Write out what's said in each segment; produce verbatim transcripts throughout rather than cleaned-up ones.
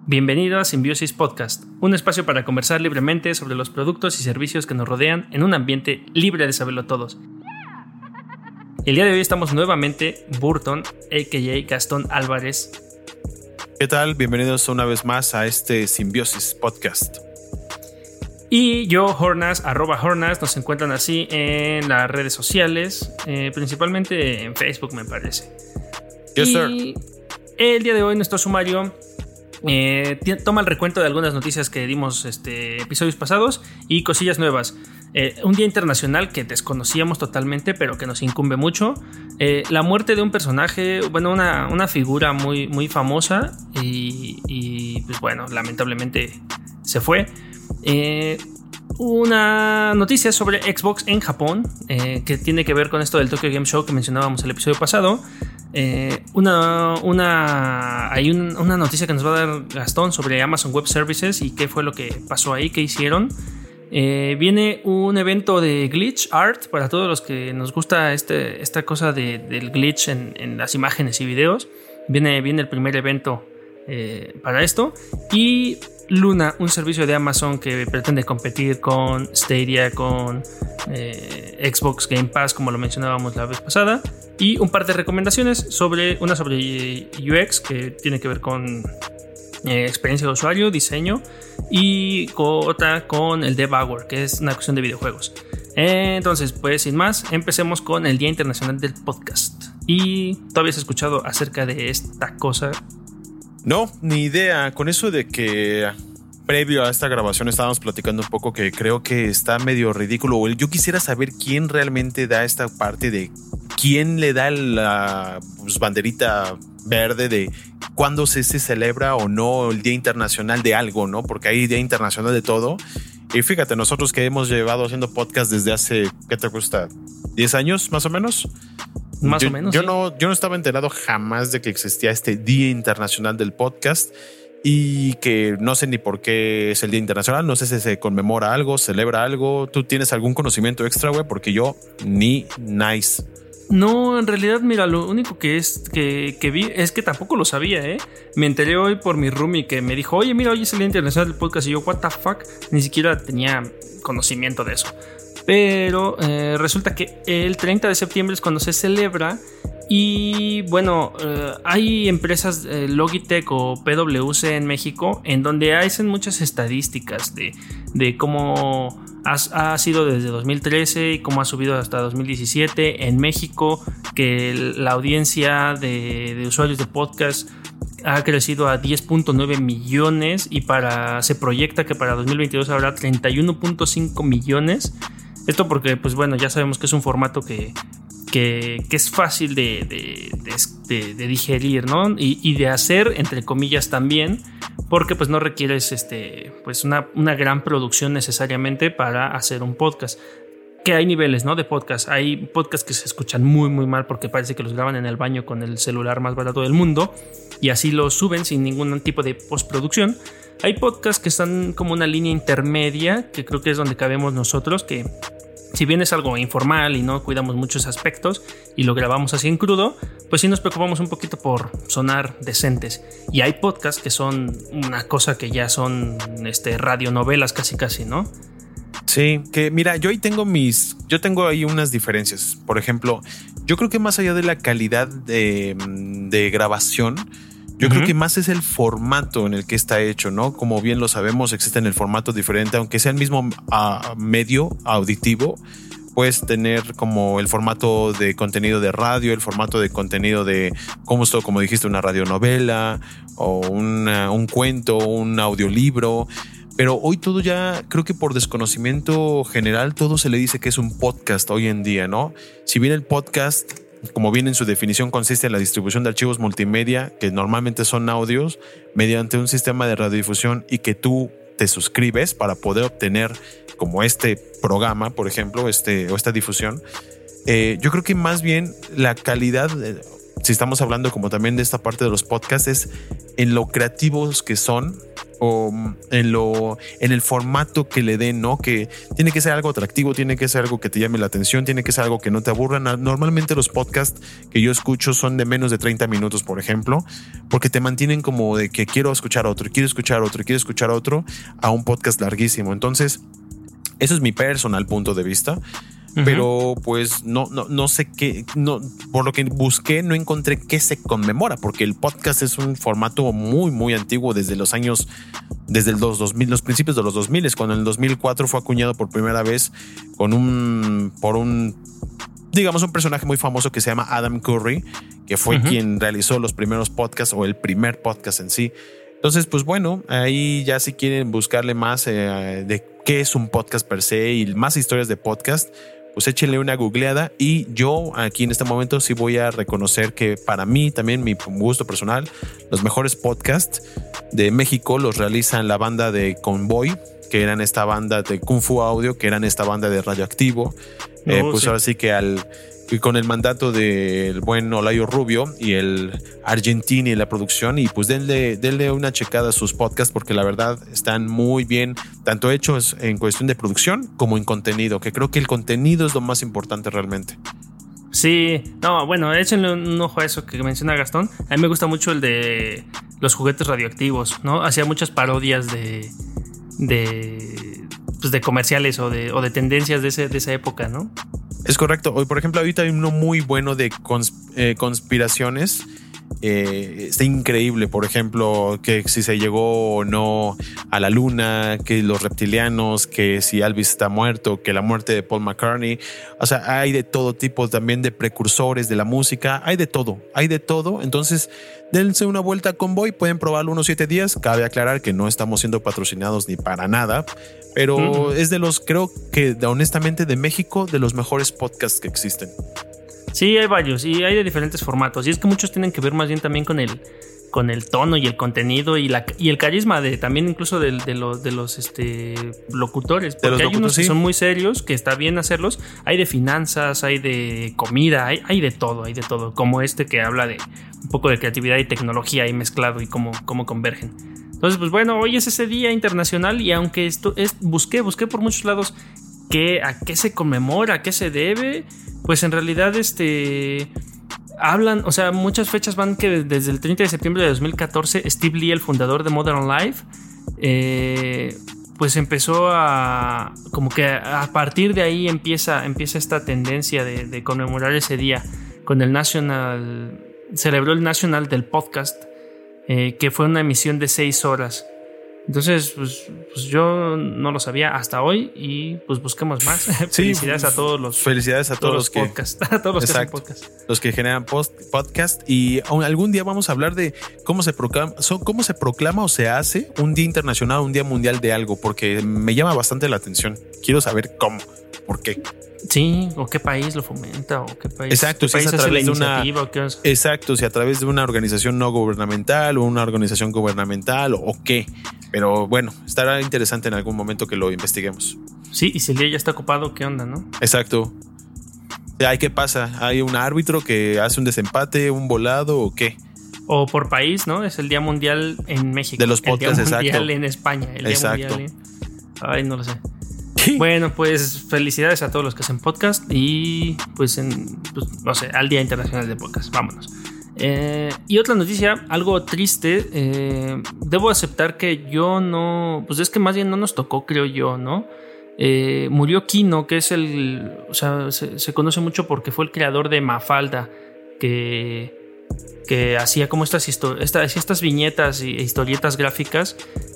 Bienvenido a Simbiosis Podcast, un espacio para conversar libremente sobre los productos y servicios que nos rodean en un ambiente libre de saberlo todos. El día de hoy estamos nuevamente Burton, a k a. Gastón Álvarez. ¿Qué tal? Bienvenidos una vez más a este Simbiosis Podcast. Y yo, Hornas, arroba Hornas, nos encuentran así en las redes sociales, eh, principalmente en Facebook, me parece. Yes, y sir. El día de hoy nuestro sumario eh, t- toma el recuento de algunas noticias que dimos este, episodios pasados y cosillas nuevas. Eh, un día internacional que desconocíamos totalmente, pero que nos incumbe mucho. Eh, la muerte de un personaje, bueno, una, una figura muy, muy famosa y, y pues bueno, lamentablemente se fue. Eh, una noticia sobre Xbox en Japón, eh, que tiene que ver con esto del Tokyo Game Show que mencionábamos el episodio pasado. Eh, una, una, hay un, una noticia que nos va a dar Gastón sobre Amazon Web Services y qué fue lo que pasó ahí, qué hicieron. Eh, viene un evento de glitch art para todos los que nos gusta este, esta cosa de, del glitch en, en las imágenes y videos. Viene, viene el primer evento eh, para esto. Y Luna, un servicio de Amazon que pretende competir con Stadia, con eh, Xbox Game Pass, como lo mencionábamos la vez pasada. Y un par de recomendaciones, sobre una sobre U X que tiene que ver con eh, experiencia de usuario, diseño, y otra con el Devour, que es una cuestión de videojuegos. Entonces, pues sin más, empecemos con el Día Internacional del Podcast. ¿Y tú habías escuchado acerca de esta cosa? No, ni idea. Con eso de que previo a esta grabación estábamos platicando un poco que creo que está medio ridículo. Yo quisiera saber quién realmente da esta parte de quién le da la pues, banderita verde de cuándo se, se celebra o no el Día Internacional de algo, ¿no? Porque hay Día Internacional de todo. Y fíjate, nosotros que hemos llevado haciendo podcast desde hace, ¿qué te gusta? ¿diez años más o menos? Más yo, o menos. Yo, sí. no, yo no estaba enterado jamás de que existía este Día Internacional del Podcast y que no sé ni por qué es el Día Internacional. No sé si se conmemora algo, celebra algo. ¿Tú tienes algún conocimiento extra, güey? Porque yo ni nice. No, en realidad, mira, lo único que es que, que vi es que tampoco lo sabía, ¿eh? Me enteré hoy por mi roomie que me dijo, oye, mira, hoy es el Día Internacional del Podcast. Y yo, what the fuck, ni siquiera tenía conocimiento de eso. Pero eh, resulta que el treinta de septiembre es cuando se celebra. Y bueno, eh, hay empresas eh, Logitech o P W C en México en donde hacen muchas estadísticas de, de cómo ha, ha sido desde dos mil trece y cómo ha subido hasta dos mil diecisiete en México, que la audiencia de, de usuarios de podcast ha crecido a diez punto nueve millones y para, se proyecta que para dos mil veintidós habrá treinta y uno punto cinco millones. Esto porque, pues bueno, ya sabemos que es un formato que, que, que es fácil de, de, de, de digerir, ¿no? Y, y de hacer, entre comillas, también, porque pues no requieres este, pues una, una gran producción necesariamente para hacer un podcast. Que hay niveles, ¿no? De podcast. Hay podcasts que se escuchan muy, muy mal porque parece que los graban en el baño con el celular más barato del mundo y así los suben sin ningún tipo de postproducción. Hay podcasts que están como una línea intermedia, que creo que es donde cabemos nosotros, que si bien es algo informal y no cuidamos muchos aspectos y lo grabamos así en crudo, pues sí nos preocupamos un poquito por sonar decentes. Y hay podcasts que son una cosa que ya son este, radionovelas casi casi, ¿no? Sí, que mira, yo ahí tengo mis, yo tengo ahí unas diferencias. Por ejemplo, yo creo que más allá de la calidad de, de grabación, yo uh-huh. creo que más es el formato en el que está hecho, ¿no? Como bien lo sabemos, existe en el formato diferente, aunque sea el mismo uh, medio auditivo. Puedes tener como el formato de contenido de radio, el formato de contenido de, como esto, como dijiste, una radionovela o una, un cuento, un audiolibro. Pero hoy todo ya, creo que por desconocimiento general, todo se le dice que es un podcast hoy en día, ¿no? Si bien el podcast, como bien en su definición, consiste en la distribución de archivos multimedia, que normalmente son audios, mediante un sistema de radiodifusión y que tú te suscribes para poder obtener como este programa, por ejemplo, este, o esta difusión. Eh, yo creo que más bien la calidad, eh, si estamos hablando como también de esta parte de los podcasts, es en lo creativos que son o en lo en el formato que le den, ¿no? Que tiene que ser algo atractivo, tiene que ser algo que te llame la atención, tiene que ser algo que no te aburra. Normalmente los podcasts que yo escucho son de menos de treinta minutos, por ejemplo, porque te mantienen como de que quiero escuchar otro, quiero escuchar otro, quiero escuchar otro, a un podcast larguísimo. Entonces, eso es mi personal punto de vista. Pero pues no, no, no sé qué, no, por lo que busqué no encontré qué se conmemora, porque el podcast es un formato muy, muy antiguo desde los años, desde los dos mil, los principios de los dos mil, cuando en el dos mil cuatro fue acuñado por primera vez con un, por un, digamos, un personaje muy famoso que se llama Adam Curry, que fue uh-huh. quien realizó los primeros podcasts o el primer podcast en sí. Entonces, pues bueno, ahí ya si quieren buscarle más eh, de qué es un podcast per se y más historias de podcast, pues échenle una googleada. Y yo aquí en este momento sí voy a reconocer que para mí también, mi gusto personal, los mejores podcasts de México los realizan la banda de Convoy, que eran esta banda de Kung Fu Audio, que eran esta banda de Radioactivo. No, eh, pues sí. Ahora sí que al y con el mandato del buen Olayo Rubio y el Argentini en la producción, y pues denle, denle una checada a sus podcasts, porque la verdad están muy bien, tanto hechos en cuestión de producción como en contenido, que creo que el contenido es lo más importante realmente. Sí, no, bueno, échenle un ojo a eso que menciona Gastón. A mí me gusta mucho el de los juguetes radioactivos, ¿no? Hacía muchas parodias de de, pues de comerciales o de, o de tendencias de, ese, de esa época, ¿no? Es correcto. Hoy, por ejemplo, ahorita hay uno muy bueno de consp- eh, conspiraciones. Eh, está increíble, por ejemplo, que si se llegó o no a la luna, que los reptilianos, que si Elvis está muerto, que la muerte de Paul McCartney. O sea, hay de todo tipo también de precursores de la música. Hay de todo, hay de todo. Entonces, dense una vuelta a Convoy. Pueden probarlo unos siete días. Cabe aclarar que no estamos siendo patrocinados ni para nada, pero mm. es de los, creo que honestamente de México, de los mejores podcasts que existen. Sí, hay varios y hay de diferentes formatos. Y es que muchos tienen que ver más bien también con el, con el tono y el contenido y, la, y el carisma de también incluso de, de los, de los este, locutores. Porque los hay locutores, unos que sí. son muy serios, que está bien hacerlos. Hay de finanzas, hay de comida, hay, hay de todo, hay de todo. Como este que habla de un poco de creatividad y tecnología ahí mezclado y cómo, cómo convergen. Entonces, pues bueno, hoy es ese día internacional y aunque esto es, busqué, busqué por muchos lados qué, a qué se conmemora, a qué se debe, pues en realidad este hablan, o sea, muchas fechas van que desde el treinta de septiembre de dos mil catorce Steve Lee, el fundador de Modern Life, eh, pues empezó a como que a partir de ahí empieza, empieza esta tendencia de, de conmemorar ese día con el National, celebró el National del Podcast, eh, que fue una emisión de seis horas. Entonces, pues, pues yo no lo sabía hasta hoy y pues busquemos más. Sí, felicidades a todos los felicidades a todos, todos los que podcast, a todos los exacto, que hacen podcast, los que generan post, podcast. Y algún día vamos a hablar de cómo se proclama, cómo se proclama o se hace un día internacional, un día mundial de algo, porque me llama bastante la atención. Quiero saber cómo, por qué. Sí, o qué país lo fomenta, o qué país. Exacto, qué si país es a hace través la de una. iniciativa, o qué es. Exacto, si a través de una organización no gubernamental o una organización gubernamental o, o qué. Pero bueno, estará interesante en algún momento que lo investiguemos. Sí, y si el día ya está ocupado, ¿qué onda, no? Exacto. ¿Ay, qué pasa? ¿Hay un árbitro que hace un desempate, un volado o qué? O por país, ¿no? Es el Día Mundial en México. De los podcasts, exacto. El Día Mundial exacto. en España. El Día exacto. Mundial en... Ay, no lo sé. Bueno, pues felicidades a todos los que hacen podcast y pues, en, pues no sé, al Día Internacional de Podcast. Vámonos. Eh, y otra noticia, algo triste. Eh, debo aceptar que yo no, pues es que más bien no nos tocó, creo yo, ¿no? Eh, murió Kino, que es el, o sea, se, se conoce mucho porque fue el creador de Mafalda, que, que hacía como estas, histo- esta, estas viñetas e historietas gráficas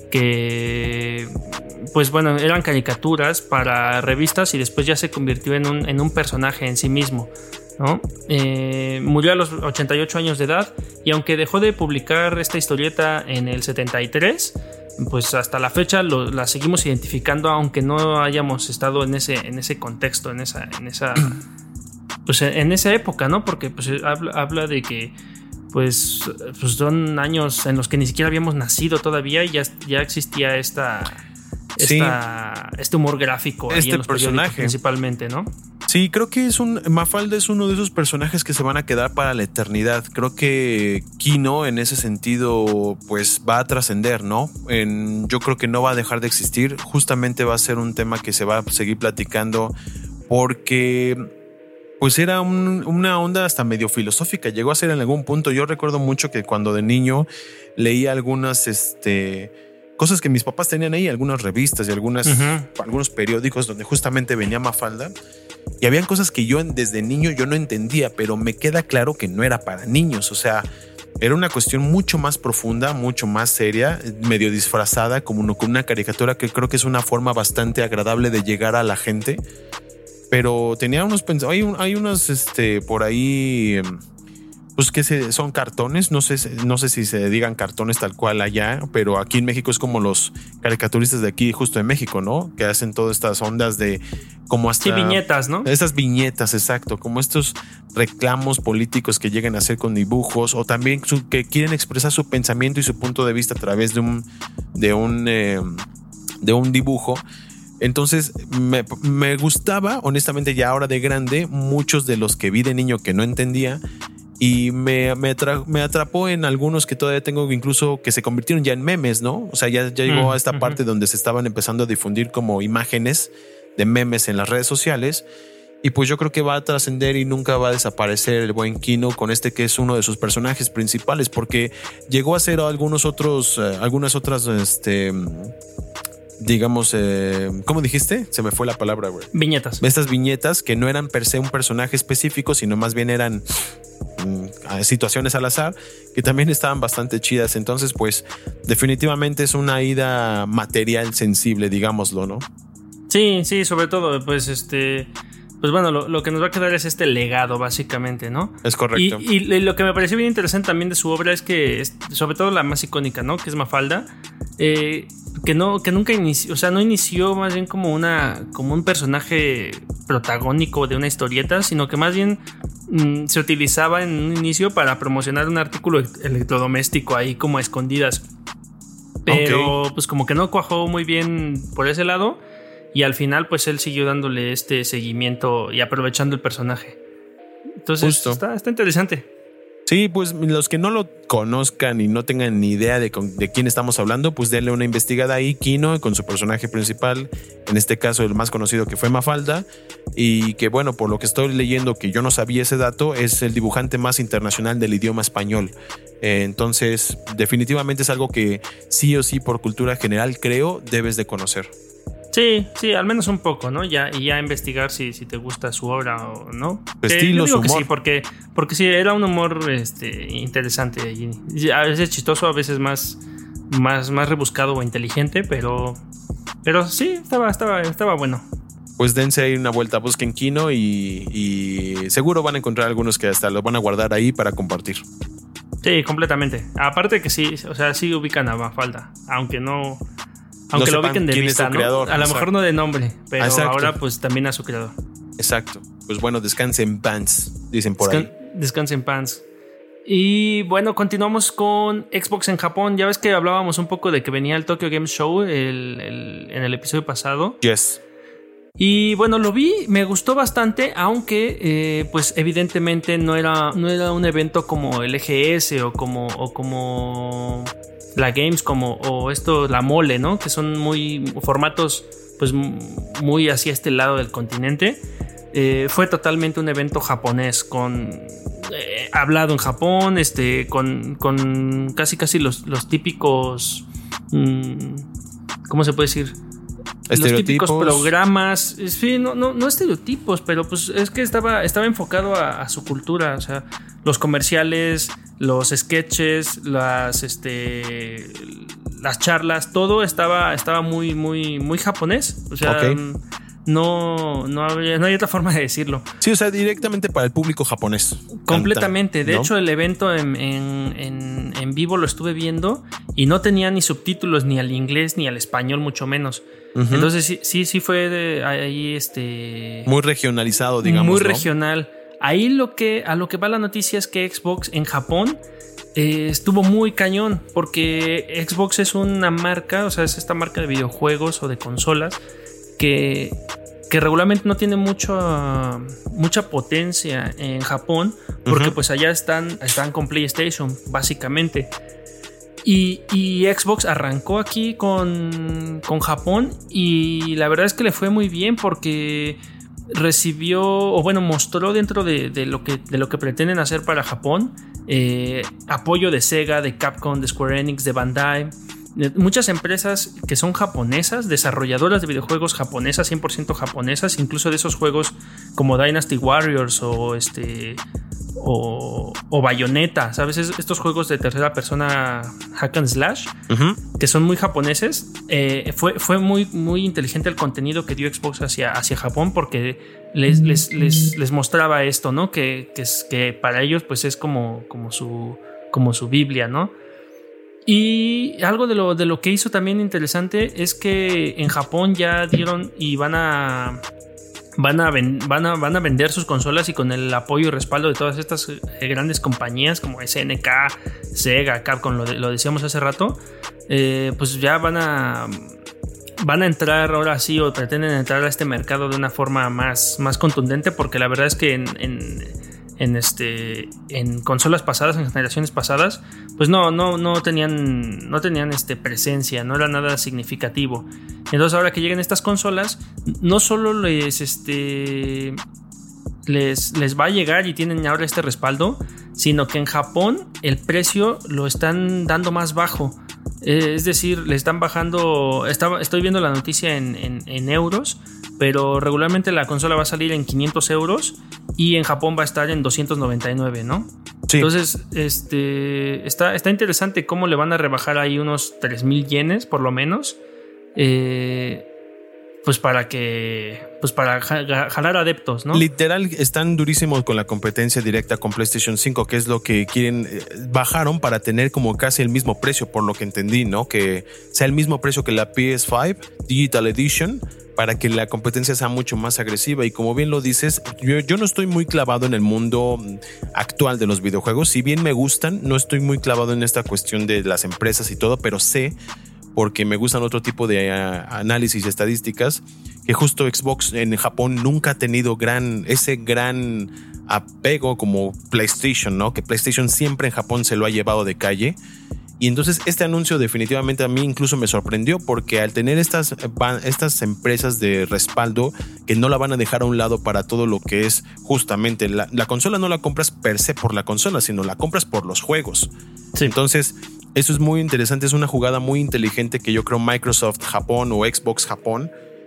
que, pues bueno, eran caricaturas para revistas y después ya se convirtió en un, en un personaje en sí mismo, ¿no? Eh, murió a los ochenta y ocho años de edad y aunque dejó de publicar esta historieta en el setenta y tres, pues hasta la fecha lo, la seguimos identificando aunque no hayamos estado en ese, en ese contexto, en esa, en esa, pues en esa época, ¿no? Porque pues habla, habla de que pues, pues son años en los que ni siquiera habíamos nacido todavía y ya, ya existía esta esta, sí. este humor gráfico este ahí en los personaje principalmente, ¿no? Sí, creo que es un Mafalda es uno de esos personajes que se van a quedar para la eternidad. Creo que Kino en ese sentido pues va a trascender, ¿no? En, yo creo que no va a dejar de existir. Justamente va a ser un tema que se va a seguir platicando porque pues era un, una onda hasta medio filosófica. Llegó a ser en algún punto. Yo recuerdo mucho que cuando de niño leía algunas este, cosas que mis papás tenían ahí, algunas revistas y algunas, uh-huh. algunos periódicos donde justamente venía Mafalda. Y habían cosas que yo desde niño yo no entendía, pero me queda claro que no era para niños. O sea, era una cuestión mucho más profunda, mucho más seria, medio disfrazada, como una, como una caricatura que creo que es una forma bastante agradable de llegar a la gente. Pero tenía unos hay, hay unos este, por ahí, pues que se, son cartones. No sé, no sé si se digan cartones tal cual allá, pero aquí en México es como los caricaturistas de aquí, justo de México, ¿no? Que hacen todas estas ondas de como hasta. Sí, viñetas, ¿no? Esas viñetas, exacto. Como estos reclamos políticos que llegan a hacer con dibujos o también su, que quieren expresar su pensamiento y su punto de vista a través de un, de un, eh, de un dibujo. Entonces me, me gustaba, honestamente, ya ahora de grande, muchos de los que vi de niño que no entendía. Y me, me, tra- me atrapó en algunos que todavía tengo, incluso que se convirtieron ya en memes, ¿no? O sea, ya, ya llegó mm, a esta uh-huh. parte donde se estaban empezando a difundir como imágenes de memes en las redes sociales. Y pues yo creo que va a trascender y nunca va a desaparecer el buen Kino con este que es uno de sus personajes principales, porque llegó a ser algunos otros, eh, algunas otras, este... digamos, eh, ¿cómo dijiste? Se me fue la palabra, güey. Viñetas. Estas viñetas que no eran per se un personaje específico, sino más bien eran mm, situaciones al azar, que también estaban bastante chidas. Entonces, pues, definitivamente es una ida material sensible, digámoslo, ¿no? Sí, sí, sobre todo, pues, este... Pues bueno, lo, lo que nos va a quedar es este legado, básicamente, ¿no? Es correcto. Y, y lo que me pareció bien interesante también de su obra es que, es, sobre todo la más icónica, ¿no? Que es Mafalda, eh, que no, que nunca inició, o sea, no inició más bien como una, como un personaje protagónico de una historieta, sino que más bien mmm, se utilizaba en un inicio para promocionar un artículo electrodoméstico ahí como a escondidas. Pero okay. pues como que no cuajó muy bien por ese lado. Y al final, pues él siguió dándole este seguimiento y aprovechando el personaje. Entonces, está, está interesante. Sí, pues los que no lo conozcan y no tengan ni idea de, de quién estamos hablando, pues denle una investigada ahí, Kino, con su personaje principal, en este caso el más conocido que fue Mafalda, y que bueno, por lo que estoy leyendo, que yo no sabía ese dato, es el dibujante más internacional del idioma español. Eh, entonces, definitivamente es algo que sí o sí por cultura general, creo, debes de conocer. Sí, sí, al menos un poco, ¿no? Ya, y ya investigar si, si te gusta su obra o no. Estilo, eh, yo digo su que humor. Sí, porque, porque sí, era un humor este, interesante. Y a veces chistoso, a veces más, más, más rebuscado o inteligente, pero, pero sí, estaba, estaba, estaba bueno. Pues dense ahí una vuelta, busquen Kino y, y seguro van a encontrar algunos que hasta los van a guardar ahí para compartir. Sí, completamente. Aparte que sí, o sea, sí ubican a Mafalda, aunque no... Aunque no lo ubiquen de vista, ¿no? Creador, a lo exacto. mejor no de nombre, pero exacto. ahora pues también a su creador. Exacto. Pues bueno, descanse en pants, dicen por Descan- ahí. Descanse en pants. Y bueno, continuamos con Xbox en Japón. Ya ves que hablábamos un poco de que venía el Tokyo Game Show el, el, en el episodio pasado. Yes. Y bueno, lo vi, me gustó bastante, aunque eh, pues evidentemente no era, no era un evento como el E G S o como... O como la Gamescom o, o esto, la Mole, ¿no? Que son muy formatos pues muy hacia este lado del continente. Eh, fue totalmente un evento japonés con eh, hablado en Japón, este, con, con casi casi los, los típicos mmm, ¿cómo se puede decir? Los típicos programas, sí, no, no, no estereotipos, pero pues es que estaba, estaba enfocado a, a su cultura, o sea, los comerciales, los sketches, las, este, las charlas, todo estaba, estaba muy, muy, muy japonés, o sea, okay. no, no, había, no hay otra forma de decirlo. Sí, o sea, directamente para el público japonés. Completamente. Canta, de ¿no? hecho, el evento en, en, en, en vivo lo estuve viendo y no tenía ni subtítulos ni al inglés ni al español, mucho menos. Uh-huh. Entonces sí, sí, sí fue de ahí este muy regionalizado, digamos. Muy ¿no? regional. Ahí lo que a lo que va la noticia es que Xbox en Japón eh, estuvo muy cañón, porque Xbox es una marca, o sea, es esta marca de videojuegos o de consolas que, que regularmente no tiene mucho, uh, mucha potencia en Japón, porque uh-huh. pues allá están, están con PlayStation, básicamente. Y, y Xbox arrancó aquí con, con Japón, y la verdad es que le fue muy bien porque recibió, o bueno, mostró dentro de, de, lo, que, de lo que pretenden hacer para Japón, eh, apoyo de Sega, de Capcom, de Square Enix, de Bandai, de muchas empresas que son japonesas, desarrolladoras de videojuegos japonesas, cien por ciento japonesas, incluso de esos juegos como Dynasty Warriors o este... O, o Bayonetta, ¿sabes? Estos juegos de tercera persona hack and slash, uh-huh. que son muy japoneses. Eh, fue, fue muy, muy inteligente el contenido que dio Xbox hacia, hacia Japón, porque les, les, les, les mostraba esto, ¿no? Que, que, es, que para ellos pues es como, como, su, como su Biblia, ¿no? Y algo de lo, de lo que hizo también interesante es que en Japón ya dieron y van a... Van a, ven, van, a, van a vender sus consolas, y con el apoyo y respaldo de todas estas eh, grandes compañías como S N K, Sega, Capcom, lo, de, lo decíamos hace rato, eh, pues ya van a van a entrar ahora sí, o pretenden entrar a este mercado de una forma más, más contundente, porque la verdad es que en, en, en, este, en consolas pasadas, en generaciones pasadas, pues no, no, no tenían, no tenían este, presencia, no era nada significativo. Entonces ahora que lleguen estas consolas, no solo les, este, les, les va a llegar y tienen ahora este respaldo, sino que en Japón el precio lo están dando más bajo. Eh, es decir, le están bajando, está, estoy viendo la noticia en, en, en euros, pero regularmente la consola va a salir en quinientos euros y en Japón va a estar en doscientos noventa y nueve, ¿no? Sí. Entonces, este, está, está interesante cómo le van a rebajar ahí unos tres mil yenes por lo menos. Eh, pues para que pues para jalar adeptos, ¿no? Literal están durísimos con la competencia directa con PlayStation cinco, que es lo que quieren. Bajaron para tener como casi el mismo precio, por lo que entendí, ¿no? Que sea el mismo precio que la P S cinco Digital Edition, para que la competencia sea mucho más agresiva. Y como bien lo dices, yo, yo no estoy muy clavado en el mundo actual de los videojuegos. Si bien me gustan, no estoy muy clavado en esta cuestión de las empresas y todo, pero sé, porque me gustan otro tipo de uh, análisis y estadísticas, que justo Xbox en Japón nunca ha tenido gran, ese gran apego como PlayStation, ¿no? Que PlayStation siempre en Japón se lo ha llevado de calle. Y entonces este anuncio definitivamente a mí incluso me sorprendió, porque al tener estas, estas empresas de respaldo que no la van a dejar a un lado para todo lo que es justamente la, la consola, no la compras per se por la consola, sino la compras por los juegos. Sí. Entonces eso es muy interesante, es una jugada muy inteligente que yo creo Microsoft Japón o Xbox Japón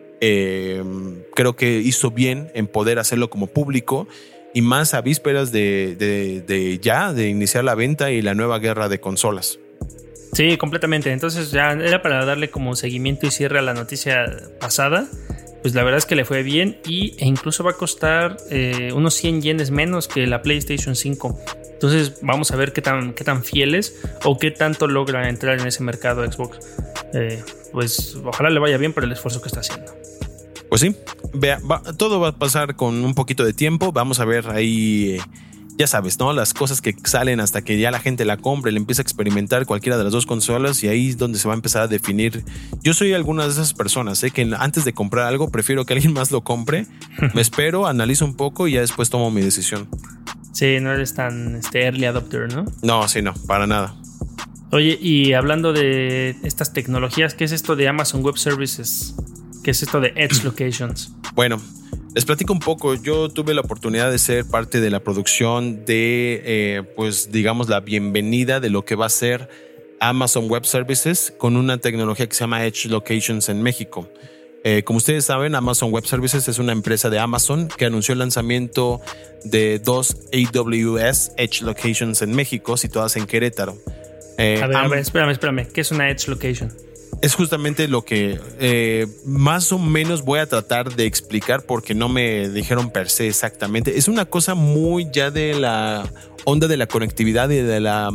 eh, creo que hizo bien en poder hacerlo como público, y más a vísperas de, de, de ya de iniciar la venta y la nueva guerra de consolas. Sí, completamente. Entonces ya era para darle como seguimiento y cierre a la noticia pasada. Pues la verdad es que le fue bien, y, e incluso va a costar eh, unos cien yenes menos que la PlayStation cinco. Entonces vamos a ver qué tan, qué tan fieles o qué tanto logra entrar en ese mercado Xbox. Eh, pues ojalá le vaya bien por el esfuerzo que está haciendo. Pues sí, vea, va, todo va a pasar con un poquito de tiempo. Vamos a ver ahí, eh, ya sabes, ¿no? Las cosas que salen hasta que ya la gente la compre, le empieza a experimentar cualquiera de las dos consolas, y ahí es donde se va a empezar a definir. Yo soy alguna de esas personas, ¿eh? Que antes de comprar algo prefiero que alguien más lo compre, me espero, analizo un poco y ya después tomo mi decisión. Sí, no eres tan este, early adopter, ¿no? No, sí, no, para nada. Oye, y hablando de estas tecnologías, ¿qué es esto de Amazon Web Services? ¿Qué es esto de Edge Locations? Bueno, les platico un poco. Yo tuve la oportunidad de ser parte de la producción de, eh, pues digamos, la bienvenida de lo que va a ser Amazon Web Services con una tecnología que se llama Edge Locations en México. Eh, como ustedes saben, Amazon Web Services es una empresa de Amazon que anunció el lanzamiento de dos A W S Edge Locations en México, situadas en Querétaro. Eh, a ver, a ver, espérame, espérame. ¿Qué es una Edge Location? Es justamente lo que eh, más o menos voy a tratar de explicar, porque no me dijeron per se exactamente. Es una cosa muy ya de la onda de la conectividad y de la...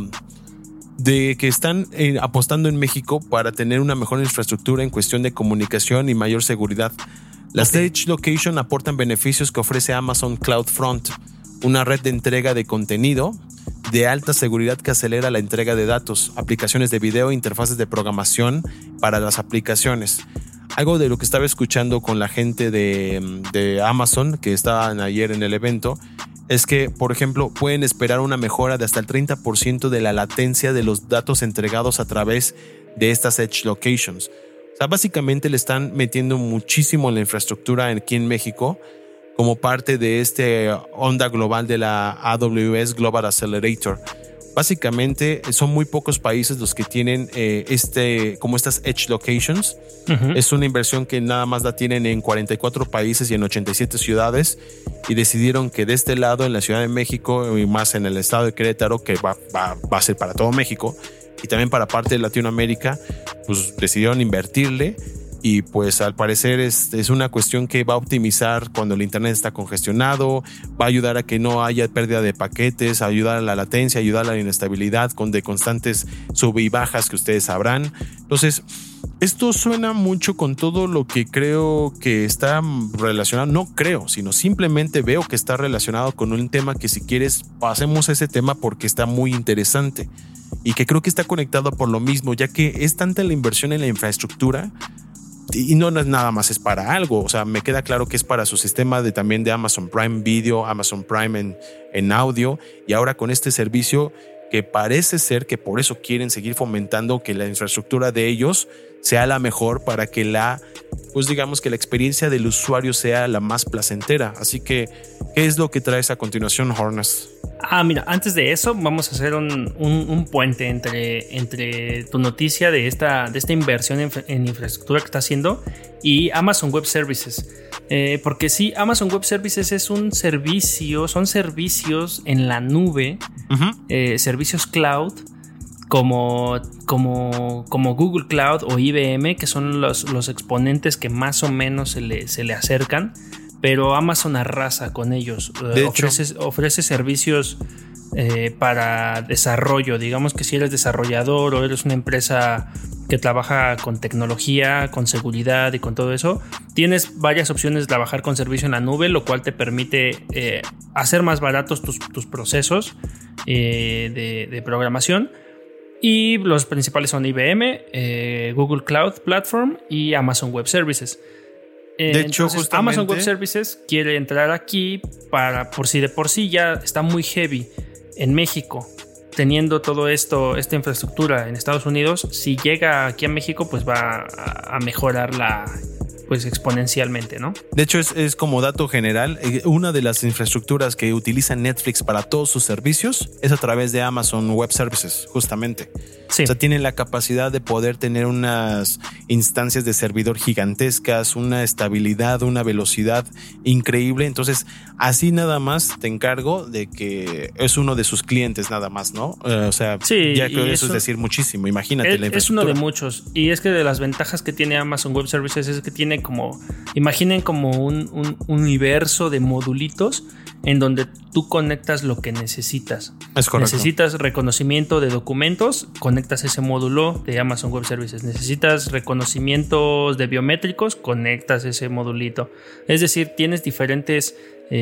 de que están eh, apostando en México para tener una mejor infraestructura en cuestión de comunicación y mayor seguridad. Las okay. Edge Location aportan beneficios que ofrece Amazon CloudFront, una red de entrega de contenido de alta seguridad que acelera la entrega de datos, aplicaciones de video, interfaces de programación para las aplicaciones. Algo de lo que estaba escuchando con la gente de, de Amazon, que estaban ayer en el evento, es que, por ejemplo, pueden esperar una mejora de hasta el treinta por ciento de la latencia de los datos entregados a través de estas Edge Locations. O sea, básicamente le están metiendo muchísimo en la infraestructura aquí en México como parte de este onda global de la A W S Global Accelerator. Básicamente son muy pocos países los que tienen eh, este, como estas Edge Locations. Uh-huh. Es una inversión que nada más la tienen en cuarenta y cuatro países y en ochenta y siete ciudades, y decidieron que de este lado, en la Ciudad de México y más en el estado de Querétaro, que va, va, va a ser para todo México y también para parte de Latinoamérica, pues decidieron invertirle. Y pues al parecer es, es una cuestión que va a optimizar cuando el internet está congestionado, va a ayudar a que no haya pérdida de paquetes, a ayudar a la latencia, ayudar a la inestabilidad con de constantes sube y bajas que ustedes sabrán. Entonces, esto suena mucho con todo lo que creo que está relacionado, no creo, sino simplemente veo que está relacionado con un tema que, si quieres, pasemos a ese tema porque está muy interesante y que creo que está conectado por lo mismo, ya que es tanta la inversión en la infraestructura. Y no, no es nada más, es para algo. O sea, me queda claro que es para su sistema de también de Amazon Prime Video, Amazon Prime en, en audio, y ahora con este servicio que parece ser que por eso quieren seguir fomentando que la infraestructura de ellos sea la mejor para que la, pues digamos que la experiencia del usuario sea la más placentera. Así que, ¿qué es lo que traes a continuación, Hornas? Ah, mira, antes de eso vamos a hacer un, un, un puente entre, entre tu noticia de esta, de esta inversión en, en infraestructura que está haciendo y Amazon Web Services. Eh, porque sí, Amazon Web Services es un servicio, son servicios en la nube, uh-huh. eh, servicios cloud, como, como, como Google Cloud o I B M, que son los, los exponentes que más o menos se le, se le acercan. Pero Amazon arrasa con ellos. De ofrece, hecho, ofrece servicios eh, para desarrollo. Digamos que si eres desarrollador o eres una empresa que trabaja con tecnología, con seguridad y con todo eso, tienes varias opciones de trabajar con servicio en la nube, lo cual te permite eh, hacer más baratos tus, tus procesos eh, de, de programación. Y los principales son I B M, eh, Google Cloud Platform y Amazon Web Services. De hecho, Entonces, justamente Amazon Web Services quiere entrar aquí para, por si de por sí ya está muy heavy en México, teniendo todo esto, esta infraestructura en Estados Unidos. Si llega aquí a México, pues va a, a mejorarla pues exponencialmente, ¿no? De hecho, es, es como dato general, una de las infraestructuras que utiliza Netflix para todos sus servicios es a través de Amazon Web Services, justamente. Sí. O sea, tienen la capacidad de poder tener unas instancias de servidor gigantescas, una estabilidad, una velocidad increíble. Entonces, así nada más te encargo de que es uno de sus clientes nada más, ¿no? Uh, o sea, sí, ya que eso es decir muchísimo. Imagínate es, la infraestructura. Es uno de muchos. Y es que de las ventajas que tiene Amazon Web Services es que tiene como, imaginen como un, un universo de modulitos en donde tú conectas lo que necesitas. Es correcto. Necesitas reconocimiento de documentos, conectas ese módulo de Amazon Web Services. Necesitas reconocimientos de biométricos, conectas ese modulito. Es decir, tienes diferentes,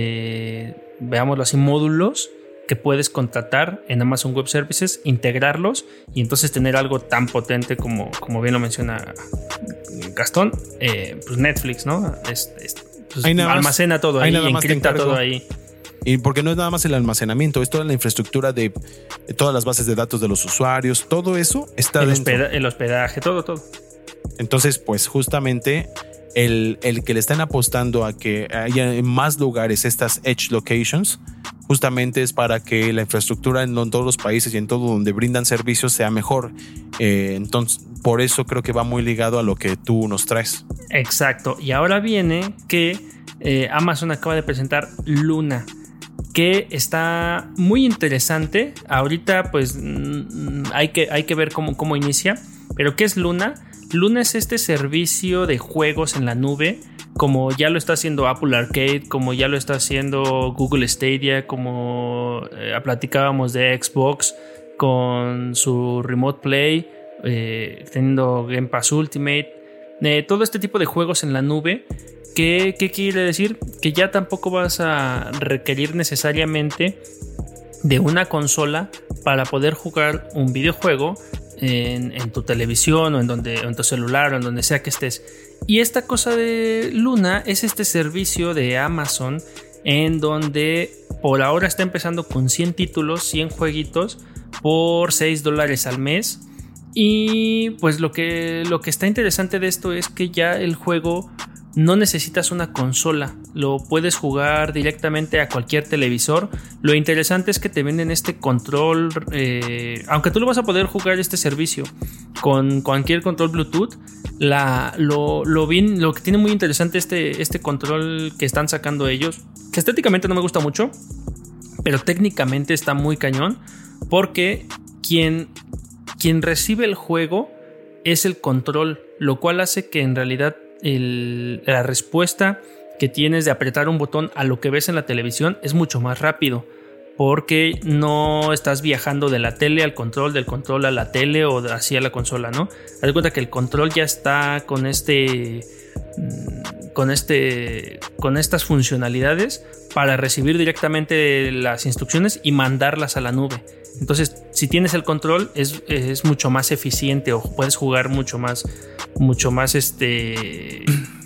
eh, veámoslo así, módulos que puedes contratar en Amazon Web Services, integrarlos y entonces tener algo tan potente como, como bien lo menciona Gastón, eh, pues Netflix, ¿no? Es, es, pues almacena más, todo ahí, encripta todo ahí. Y porque no es nada más el almacenamiento, es toda la infraestructura de, de todas las bases de datos de los usuarios, todo eso está el dentro. Hospeda- el hospedaje, todo, todo. Entonces, pues justamente el, el que le están apostando a que haya en más lugares estas Edge Locations, justamente es para que la infraestructura en todos los países y en todo donde brindan servicios sea mejor. Eh, entonces, por eso creo que va muy ligado a lo que tú nos traes. Exacto. Y ahora viene que eh, Amazon acaba de presentar Luna, que está muy interesante. Ahorita pues mm, hay, que, hay que ver cómo, cómo inicia. Pero ¿qué es Luna? Luna es este servicio de juegos en la nube, como ya lo está haciendo Apple Arcade, como ya lo está haciendo Google Stadia, como eh, platicábamos de Xbox con su Remote Play, eh, teniendo Game Pass Ultimate, eh, todo este tipo de juegos en la nube. ¿Qué, ¿Qué quiere decir? Que ya tampoco vas a requerir necesariamente de una consola para poder jugar un videojuego en, en tu televisión o en, donde, en tu celular o en donde sea que estés. Y esta cosa de Luna es este servicio de Amazon en donde por ahora está empezando con cien títulos, cien jueguitos por seis dólares al mes. Y pues lo que, lo que está interesante de esto es que ya el juego no necesitas una consola, lo puedes jugar directamente a cualquier televisor. Lo interesante es que te venden este control, eh, aunque tú lo vas a poder jugar este servicio con cualquier control Bluetooth. La, lo, lo, bien, lo que tiene muy interesante este, este control que están sacando ellos, que estéticamente no me gusta mucho, pero técnicamente está muy cañón, porque quien, quien recibe el juego es el control, lo cual hace que en realidad El, la respuesta que tienes de apretar un botón a lo que ves en la televisión es mucho más rápido, porque no estás viajando de la tele al control, del control a la tele o así a la consola, ¿no? Haz de cuenta que el control ya está con este con este con estas funcionalidades para recibir directamente las instrucciones y mandarlas a la nube. Entonces, si tienes el control, es, es mucho más eficiente, o puedes jugar mucho más, mucho más, este,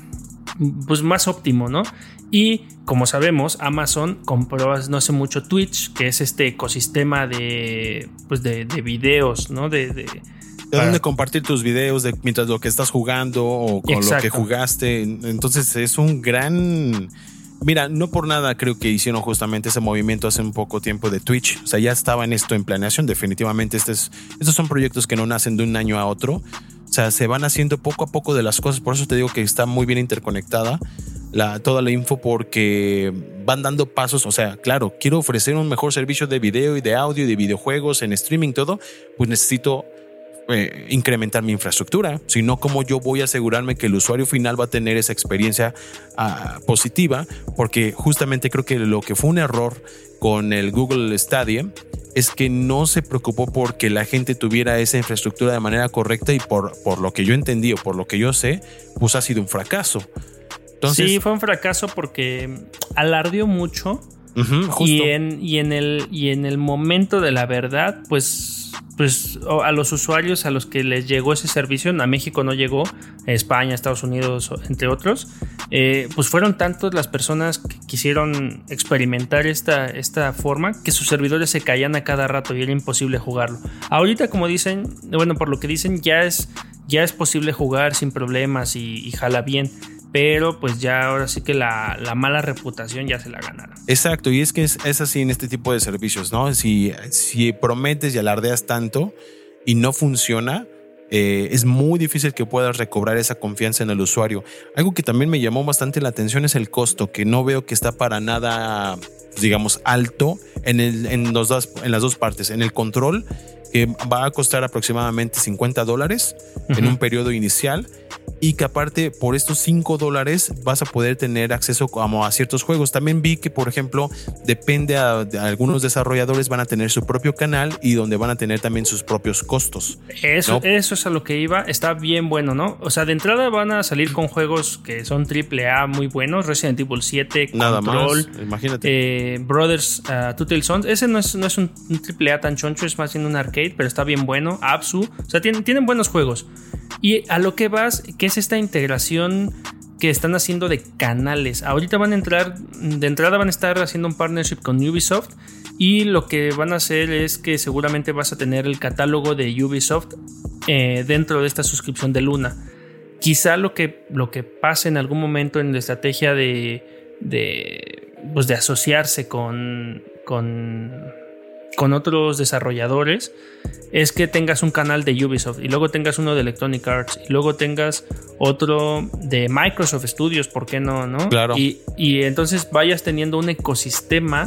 pues más óptimo, ¿no? Y como sabemos, Amazon compró no hace mucho Twitch, que es este ecosistema de, pues de, de videos, ¿no? De, de, de dónde compartir tus videos de mientras lo que estás jugando o con Exacto. lo que jugaste. Entonces, es un gran... Mira, no por nada creo que hicieron justamente ese movimiento hace un poco tiempo de Twitch. O sea, ya estaba en esto en planeación. Definitivamente este es, estos son proyectos que no nacen de un año a otro. O sea, se van haciendo poco a poco de las cosas. Por eso te digo que está muy bien interconectada la, toda la info, porque van dando pasos. O sea, claro, quiero ofrecer un mejor servicio de video y de audio y de videojuegos en streaming, todo. Pues necesito Eh, incrementar mi infraestructura, sino cómo yo voy a asegurarme que el usuario final va a tener esa experiencia uh, positiva, porque justamente creo que lo que fue un error con el Google Stadia es que no se preocupó porque la gente tuviera esa infraestructura de manera correcta, y por, por lo que yo entendí o por lo que yo sé, pues ha sido un fracaso. Entonces, sí, fue un fracaso porque alardeó mucho. Uh-huh, justo. Y en, y, en el, y en el momento de la verdad, pues pues a los usuarios a los que les llegó ese servicio, a México no llegó, España, Estados Unidos, entre otros, eh, pues fueron tantos las personas que quisieron experimentar esta, esta forma, que sus servidores se caían a cada rato y era imposible jugarlo. Ahorita, como dicen, bueno, por lo que dicen, ya es, ya es posible jugar sin problemas y, y jala bien. Pero pues ya ahora sí que la, la mala reputación ya se la ganaron. Exacto, y es que es, es así en este tipo de servicios, ¿no? Si, si prometes y alardeas tanto y no funciona, eh, es muy difícil que puedas recobrar esa confianza en el usuario. Algo que también me llamó bastante la atención es el costo, que no veo que está para nada, digamos, alto en, el, en, los dos, en las dos partes. En el control, que va a costar aproximadamente cincuenta dólares uh-huh. en un periodo inicial, y que aparte por estos cinco dólares vas a poder tener acceso como a ciertos juegos. También vi que, por ejemplo, depende a, de algunos desarrolladores van a tener su propio canal y donde van a tener también sus propios costos. Eso, ¿no? Eso es a lo que iba. Está bien bueno, ¿no? O sea, de entrada van a salir con juegos que son triple A muy buenos. Resident Evil siete, Nada Control, más, imagínate. Eh, Brothers, uh, Two Tale Sons. Ese no es, no es un, un triple A tan choncho, es más bien un arcade, pero está bien bueno. Absu, o sea, tienen, tienen buenos juegos. Y a lo que vas, que es esta integración que están haciendo de canales. Ahorita van a entrar, de entrada van a estar haciendo un partnership con Ubisoft, y lo que van a hacer es que seguramente vas a tener el catálogo de Ubisoft eh, dentro de esta suscripción de Luna. Quizá lo que, lo que pase en algún momento en la estrategia de, de, pues de asociarse con... con con otros desarrolladores es que tengas un canal de Ubisoft y luego tengas uno de Electronic Arts y luego tengas otro de Microsoft Studios, ¿por qué no? ¿no? Claro. Y, y entonces vayas teniendo un ecosistema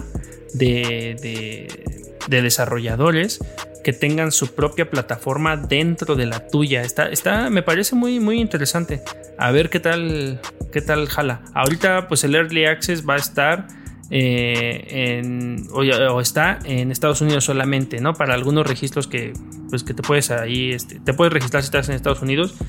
de, de, de desarrolladores que tengan su propia plataforma dentro de la tuya. Está, está, me parece muy, muy interesante. A ver qué tal, qué tal jala. Ahorita pues el Early Access va a estar Eh, en, o, o está en Estados Unidos solamente, ¿no? Para algunos registros que, pues, que te puedes ahí, este, te puedes registrar si estás en Estados Unidos.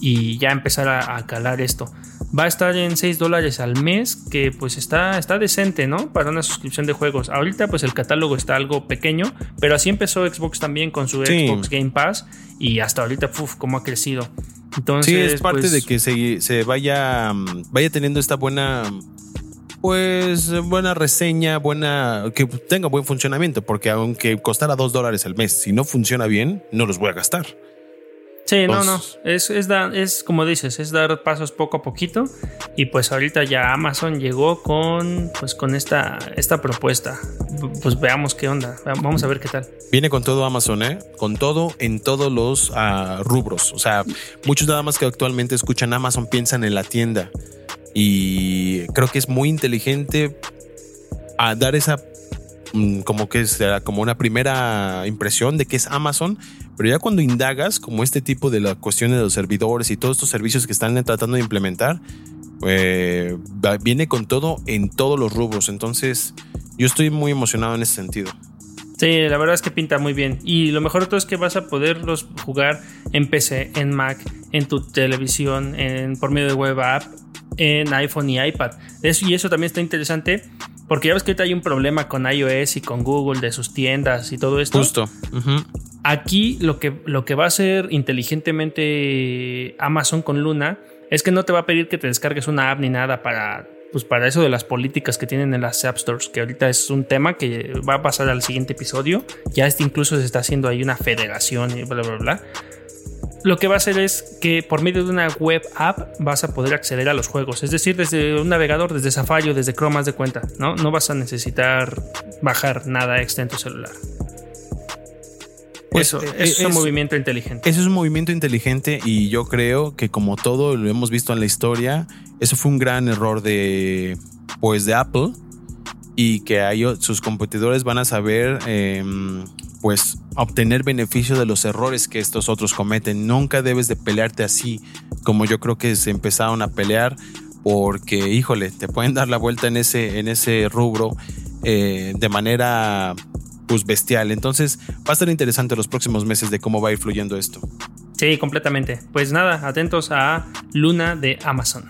y ya empezar a, a calar esto. Va a estar en seis dólares al mes, que pues está, está decente, ¿no? Para una suscripción de juegos. Ahorita pues el catálogo está algo pequeño, pero así empezó Xbox también con su sí. Xbox Game Pass y hasta ahorita, uf, cómo ha crecido. Entonces, sí, es parte pues, de que se, se vaya, vaya teniendo esta buena, pues buena reseña, buena, que tenga buen funcionamiento, porque aunque costara dos dólares al mes, si no funciona bien, no los voy a gastar. Sí, Entonces, no, no, es, es, da, es como dices, es dar pasos poco a poquito y pues ahorita ya Amazon llegó con, pues, con esta, esta propuesta. Pues veamos qué onda, vamos a ver qué tal. Viene con todo Amazon, ¿eh? Con todo en todos los uh, rubros. O sea, muchos nada más que actualmente escuchan Amazon piensan en la tienda y creo que es muy inteligente a dar esa como que es como una primera impresión de que es Amazon, pero ya cuando indagas como este tipo de las cuestiones de los servidores y todos estos servicios que están tratando de implementar, eh, viene con todo en todos los rubros. Entonces yo estoy muy emocionado en ese sentido. Sí, la verdad es que pinta muy bien y lo mejor de todo es que vas a poderlos jugar en P C, en Mac, en tu televisión, en, por medio de web app, en iPhone y iPad. Eso, y eso también está interesante porque ya ves que ahorita hay un problema con iOS y con Google de sus tiendas y todo esto. Justo. Uh-huh. Aquí lo que, lo que va a hacer inteligentemente Amazon con Luna es que no te va a pedir que te descargues una app ni nada para, pues para eso de las políticas que tienen en las App Stores, que ahorita es un tema que va a pasar al siguiente episodio. Ya este incluso se está haciendo ahí una federación y bla, bla, bla. Lo que va a hacer es que por medio de una web app vas a poder acceder a los juegos. Es decir, desde un navegador, desde Safari o desde Chrome, haz de cuenta, ¿no? No vas a necesitar bajar nada extra en tu celular. Pues eso, eso es, es un movimiento inteligente. Eso es un movimiento inteligente y yo creo que como todo lo hemos visto en la historia, eso fue un gran error de, pues, de Apple y que hay, sus competidores van a saber... Eh, pues obtener beneficio de los errores que estos otros cometen. Nunca debes de pelearte así como yo creo que se empezaron a pelear, porque híjole, te pueden dar la vuelta en ese, en ese rubro eh, de manera pues bestial. Entonces va a estar interesante los próximos meses de cómo va a ir fluyendo esto. Sí, completamente. Pues nada, atentos a Luna de Amazon.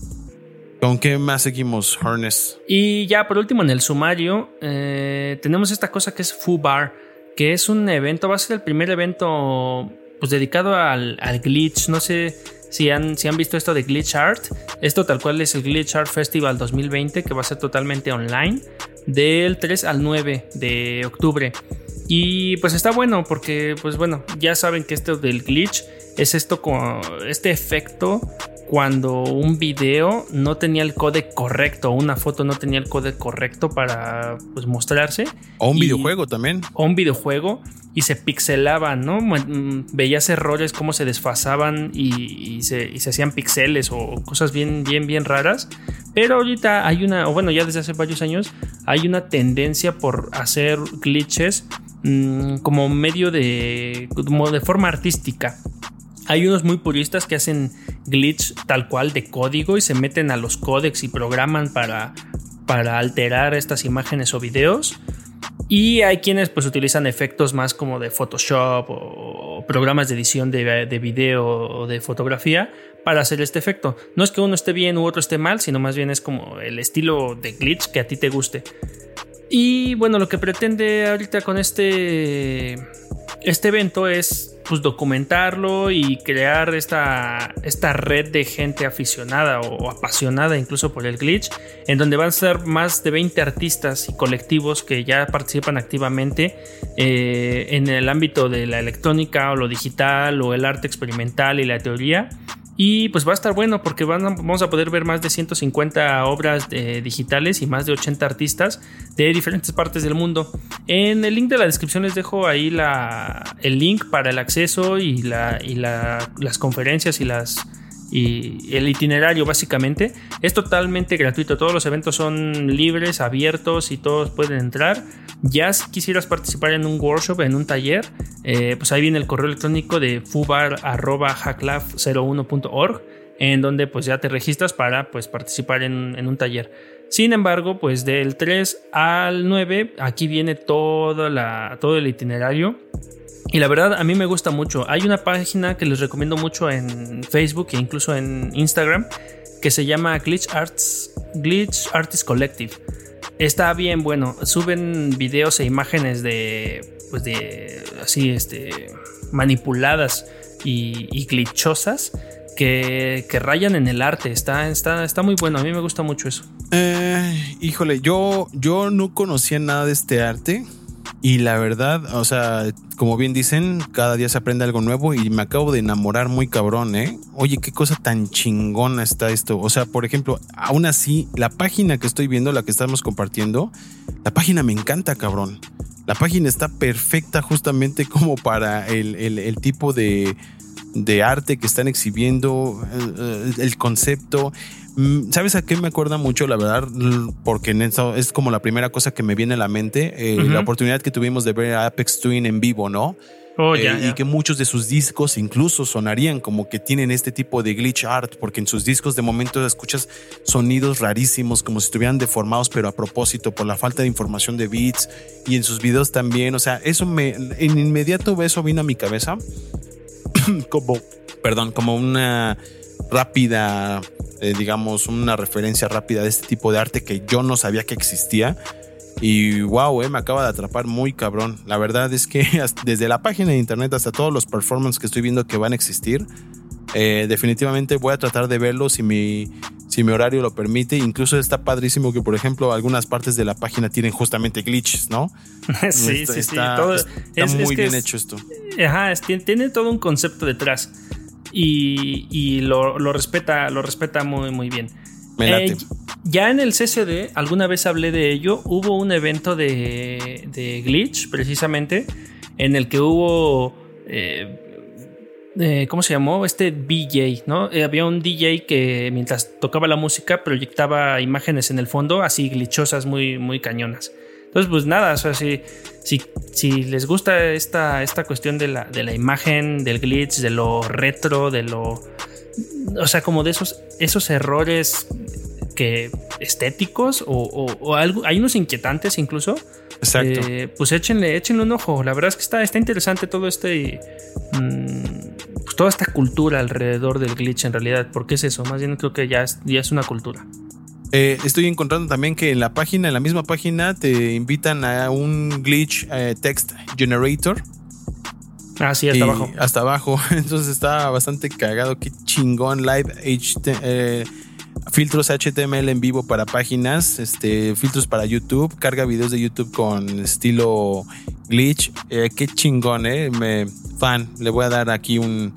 ¿Con qué más seguimos, Ernest? Y ya por último en el sumario eh, tenemos esta cosa que es FooBar, que es un evento, va a ser el primer evento pues dedicado al, al glitch. No sé si han, si han visto esto de Glitch Art. Esto tal cual es el Glitch Art Festival dos mil veinte, que va a ser totalmente online del tres al nueve de octubre. Y pues está bueno porque pues bueno, ya saben que esto del glitch es esto con este efecto cuando un video no tenía el códec correcto, una foto no tenía el códec correcto para pues mostrarse. O un y, videojuego también. O un videojuego y se pixelaban, ¿no? Veías errores, cómo se desfasaban y, y, se, y se hacían pixeles o cosas bien, bien, bien raras. Pero ahorita hay una, o bueno, ya desde hace varios años, hay una tendencia por hacer glitches mmm, como medio de, como de forma artística. Hay unos muy puristas que hacen glitch tal cual de código y se meten a los códecs y programan para, para alterar estas imágenes o videos. Y hay quienes pues utilizan efectos más como de Photoshop o programas de edición de, de video o de fotografía para hacer este efecto. No es que uno esté bien u otro esté mal, sino más bien es como el estilo de glitch que a ti te guste. Y bueno, lo que pretende ahorita con este, este evento es pues documentarlo y crear esta, esta red de gente aficionada o apasionada incluso por el glitch, en donde van a ser más de veinte artistas y colectivos que ya participan activamente eh, en el ámbito de la electrónica o lo digital o el arte experimental y la teoría. Y pues va a estar bueno porque van a, vamos a poder ver más de ciento cincuenta obras eh, digitales y más de ochenta artistas de diferentes partes del mundo. En el link de la descripción les dejo ahí la, el link para el acceso y, la, y la, las conferencias y, las, y el itinerario básicamente. Es totalmente gratuito, todos los eventos son libres, abiertos y todos pueden entrar. Ya si quisieras participar en un workshop, en un taller, eh, pues ahí viene el correo electrónico de fubar arroba hacklab cero uno punto org, en donde pues ya te registras para pues participar en, en un taller. Sin embargo, pues del tres al nueve aquí viene toda la, todo el itinerario Y la verdad, a mí me gusta mucho. Hay una página que les recomiendo mucho en Facebook e incluso en Instagram que se llama Glitch Arts, Glitch Artist Collective. Está bien bueno. Suben videos e imágenes de, pues de, así, este, manipuladas y, y glitchosas que, que rayan en el arte. Está, está, está muy bueno. A mí me gusta mucho eso. Eh, híjole, yo, yo no conocía nada de este arte. Y la verdad, o sea, como bien dicen, cada día se aprende algo nuevo y me acabo de enamorar muy cabrón, ¿eh? Oye, qué cosa tan chingona está esto. O sea, por ejemplo, aún así, la página que estoy viendo, la que estamos compartiendo, la página me encanta, cabrón. La página está perfecta justamente como para el, el, el tipo de, de arte que están exhibiendo, el, el concepto. ¿Sabes a qué me acuerda mucho, la verdad? Porque en eso es como la primera cosa que me viene a la mente. Eh, uh-huh. La oportunidad que tuvimos de ver a Aphex Twin en vivo, ¿no? Oh, eh, ya, ya. Y que muchos de sus discos incluso sonarían como que tienen este tipo de glitch art, porque en sus discos de momento escuchas sonidos rarísimos, como si estuvieran deformados, pero a propósito, por la falta de información de beats. Y en sus videos también. O sea, eso me... En inmediato eso vino a mi cabeza como... Perdón, como una rápida... Eh, digamos, una referencia rápida de este tipo de arte que yo no sabía que existía. Y wow, eh, me acaba de atrapar muy cabrón. La verdad es que desde la página de internet hasta todos los performances que estoy viendo que van a existir, eh, definitivamente voy a tratar de verlos si mi, si mi horario lo permite. Incluso está padrísimo que, por ejemplo, algunas partes de la página tienen justamente glitches, ¿no? sí, está, sí, está, sí. Todo, está es, muy es que bien es, hecho esto. Ajá, es, tiene, tiene todo un concepto detrás. Y, y lo, lo respeta lo respeta muy, muy bien. Me late. Eh, ya en el C C D, alguna vez hablé de ello. Hubo un evento de, de Glitch, precisamente, en el que hubo... Eh, eh, ¿Cómo se llamó? Este D J, ¿no? Eh, había un D J que mientras tocaba la música proyectaba imágenes en el fondo, así glitchosas, muy, muy cañonas. Entonces, pues nada, o sea, si, si, si les gusta esta, esta cuestión de la, de la imagen, del glitch, de lo retro, de lo... O sea, como de esos, esos errores que estéticos o, o, o algo... Hay unos inquietantes incluso. Exacto. Eh, pues échenle, échenle un ojo. La verdad es que está, está interesante todo este... Mmm, pues toda esta cultura alrededor del glitch en realidad. Porque es eso, más bien creo que ya es, ya es una cultura. Eh, estoy encontrando también que en la página, en la misma página, te invitan a un glitch eh, text generator. Ah, sí, hasta abajo. Hasta abajo. Entonces está bastante cagado. Qué chingón. Live H T, eh, filtros H T M L en vivo para páginas. Este, filtros para YouTube. Carga videos de YouTube con estilo glitch. Eh, qué chingón, eh. Me, fan. Le voy a dar aquí un.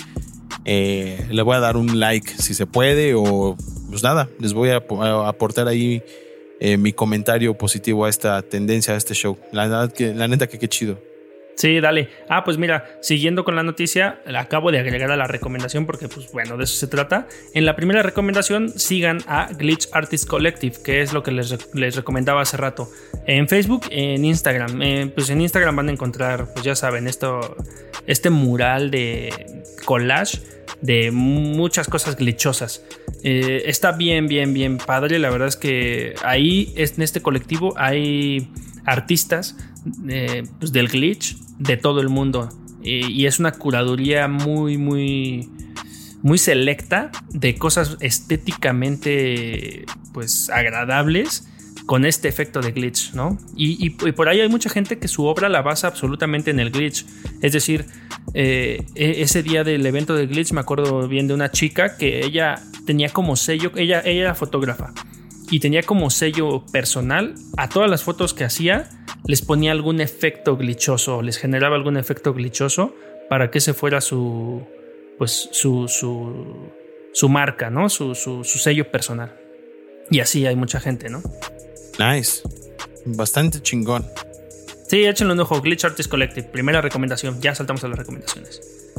Eh, le voy a dar un like si se puede o. Pues nada, les voy a, a aportar ahí eh, mi comentario positivo a esta tendencia, a este show. La verdad que, la neta que qué chido. Sí, dale. Ah, pues mira, siguiendo con la noticia, la acabo de agregar a la recomendación porque, pues bueno, de eso se trata. En la primera recomendación, sigan a Glitch Artist Collective, que es lo que les, les recomendaba hace rato. En Facebook, en Instagram. Eh, pues en Instagram van a encontrar, pues ya saben, esto, este mural de collage de muchas cosas glitchosas. Eh, está bien, bien, bien padre. La verdad es que ahí, en este colectivo, hay artistas eh, pues del glitch de todo el mundo. Eh, y es una curaduría muy, muy, muy selecta de cosas estéticamente pues agradables con este efecto de glitch, ¿no? Y, y, y por ahí hay mucha gente que su obra la basa absolutamente en el glitch. Es decir, eh, ese día del evento del glitch me acuerdo bien de una chica que ella tenía como sello, ella, ella era fotógrafa y tenía como sello personal a todas las fotos que hacía, les ponía algún efecto glitchoso, les generaba algún efecto glitchoso para que ese fuera su, pues su, su, su marca, ¿no? Su, su, su sello personal. Y así hay mucha gente, ¿no? Nice. Bastante chingón. Sí, échenle un ojo. Glitch Artist Collective. Primera recomendación. Ya saltamos a las recomendaciones.